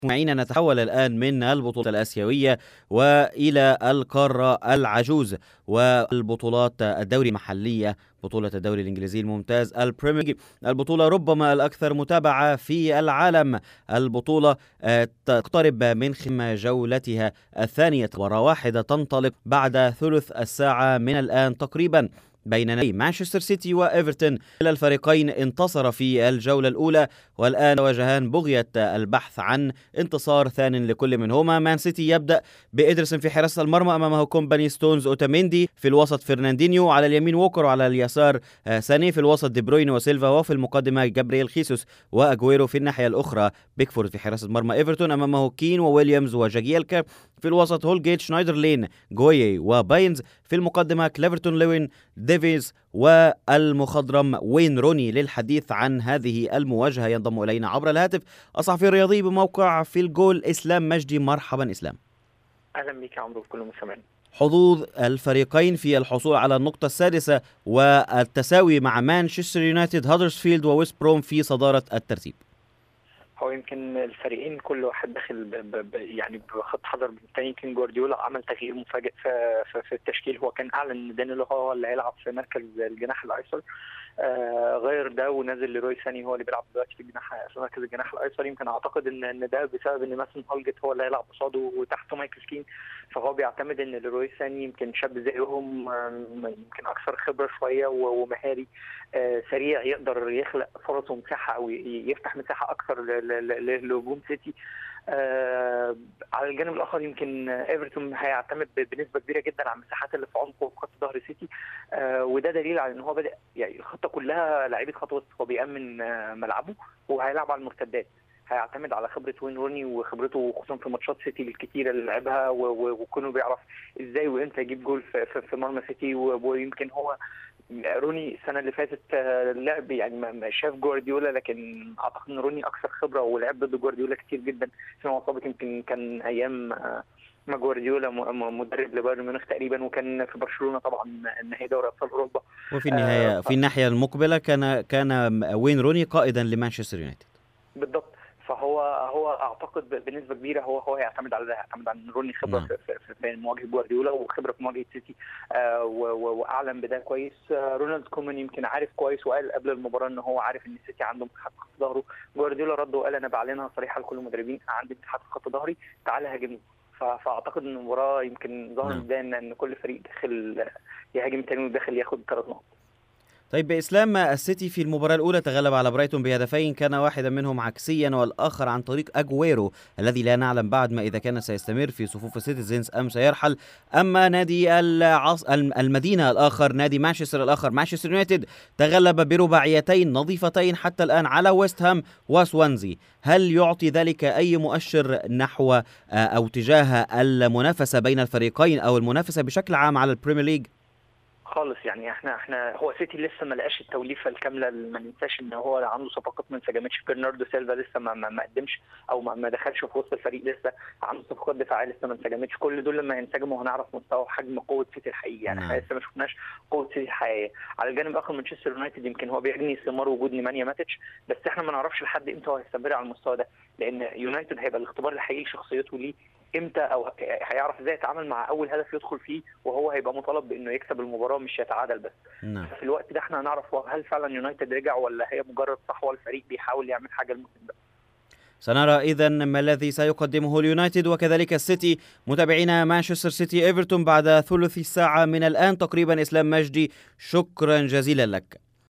معين نتحول الآن من البطولة الآسيوية وإلى القارة العجوز والبطولات الدوري المحلية، بطولة الدوري الإنجليزي الممتاز البريمير ليج، البطولة ربما الأكثر متابعة في العالم. البطولة تقترب من ختام جولتها الثانية، مباراة واحدة تنطلق بعد ثلث الساعة من الآن تقريبا بين نادي مانشستر سيتي وإيفرتون. كلا الفريقين انتصر في الجولة الأولى والآن واجهان بغية البحث عن انتصار ثان لكل منهما. مان سيتي يبدأ بإدرسون في حراسة المرمى، أمامه كومباني، ستونز، أوتاميندي، في الوسط فرناندينيو، على اليمين ووكر، وعلى اليسار ساني، في الوسط دي بروين وسيلفا، وفي المقدمة جابرييل خيسوس وأجويرو. في الناحية الأخرى بيكفورد في حراسة مرمى إيفرتون، أمامه كين وويليامز وجاجيلكا، في الوسط هولجيت، شنايدر لين، جويي وباينز، في المقدمة كليفرتون لوين، ديفيز والمخضرم وين روني. للحديث عن هذه المواجهة ينضم إلينا عبر الهاتف الصحفي الرياضي بموقع في الجول إسلام مجدي. مرحبا إسلام. أهلا بك يا عمرو وكل المستمعين. حظوظ الفريقين في الحصول على النقطة السادسة والتساوي مع مانشستر يونايتد، هدرسفيلد وويست بروم في صدارة الترتيب. هو يمكن الفريقين كل واحد داخل يعني بخط حذر من الثاني. يمكن جوارديولا عمل تغيير مفاجئ في التشكيل. هو كان اعلن ان دانيلو هو اللي هيلعب في مركز الجناح الايسر، غير ده ونزل لروي ساني هو اللي بيلعب دلوقتي في مركز الجناح الايسر. يمكن اعتقد ان ده بسبب ان ماسن هولجت هو اللي هيلعب قصاده وتحته مايكل كين، فهو بيعتمد ان لروي ساني يمكن شاب زيهم، يمكن اكثر خبره شويه ومهاري، سريع، يقدر يخلق فرص ومساحه او يفتح مساحه اكثر لهجوم سيتي. على الجانب الاخر يمكن ايفرتون هيعتمد بنسبه كبيره جدا على المساحات اللي في عمقه وفي خط ظهر سيتي، وده دليل على ان هو بدا يعني الخطه كلها لعيبه خط وسط، هو بيامن ملعبه وهيلعب على المرتدات. هيعتمد على خبره وين روني وخبرته خصوصا في ماتشات سيتي الكتيره اللي لعبها، وكونه بيعرف ازاي وامتى يجيب جول في مرمى سيتي. ويمكن هو روني السنه اللي فاتت لعب يعني ما شاف جوارديولا، لكن اعتقد ان روني اكثر خبره ولعب ضد جوارديولا كتير جدا فيما سابق. يمكن كان ايام ما جوارديولا مدرب لبايرن ميونخ تقريبا، وكان في برشلونه طبعا نهائي دوري ابطال اوروبا. وفي النهايه في الناحيه المقبله كان وين روني قائدا لمانشستر يونايتد. بالضبط. فهو اعتقد بنسبه كبيره هو هيعتمد على ده، هيعتمد على روني خبره في مواجهه جوارديولا وخبره في مواجهه سيتي، واعلم بده كويس. رونالد كومان يمكن عارف كويس وقال قبل المباراه ان هو عارف ان سيتي عنده مساحات في ظهره. جوارديولا رد وقال انا بعلنها صريحه لكل المدربين، عندي مساحات في خط ظهري، تعال هاجمني. فاعتقد ان المباراه يمكن ظهر بدايه ان كل فريق داخل يهاجم الثاني وداخل ياخد 3 نقط. طيب بإسلام، السيتي في المباراة الأولى تغلب على برايتون بهدفين، كان واحدا منهم عكسيا والآخر عن طريق أجويرو الذي لا نعلم بعد ما إذا كان سيستمر في صفوف السيتيزنز أم سيرحل. أما نادي المدينة الآخر، نادي مانشستر الآخر، مانشستر يونايتد، تغلب برباعيتين نظيفتين حتى الآن على ويست هام وسوانزي. هل يعطي ذلك أي مؤشر نحو أو تجاه المنافسة بين الفريقين أو المنافسة بشكل عام على البريمير ليج؟ خالص. يعني احنا هو سيتي لسه ما لقاش التوليفه الكامله. ما ننساش ان هو عنده صفقات ما انسجمتش. برناردو سيلفا لسه ما قدمش او ما دخلش في وسط الفريق، لسه عنده صفقات دفاعيه لسه ما انسجمتش. كل دول لما ينسجموا هنعرف مستوى حجم قوه سيتي الحقيقي. يعني احنا لسه ما شفناش قوه سيتي الحقيقيه. على الجانب الاخر مانشستر يونايتد يمكن هو بيجني ثمار وجود نيمانيا ماتيتش، بس احنا ما نعرفش لحد امتى هو هيستمر على المستوى ده، لان يونايتد هيبقى الاختبار الحقيقي لشخصيته ليه امتى، او هيعرف ازاي يتعامل مع اول هدف يدخل فيه وهو هيبقى مطالب بانه يكسب المباراه مش يتعادل بس. في الوقت ده احنا هنعرف هل فعلا يونايتد رجع ولا هي مجرد صحوه الفريق بيحاول يعمل حاجه الموسم ده. سنرى إذن ما الذي سيقدمه اليونايتد وكذلك السيتي. متابعينا مانشستر سيتي إيفرتون بعد ثلث ساعة من الآن تقريبا. إسلام مجدي، شكرا جزيلا لك.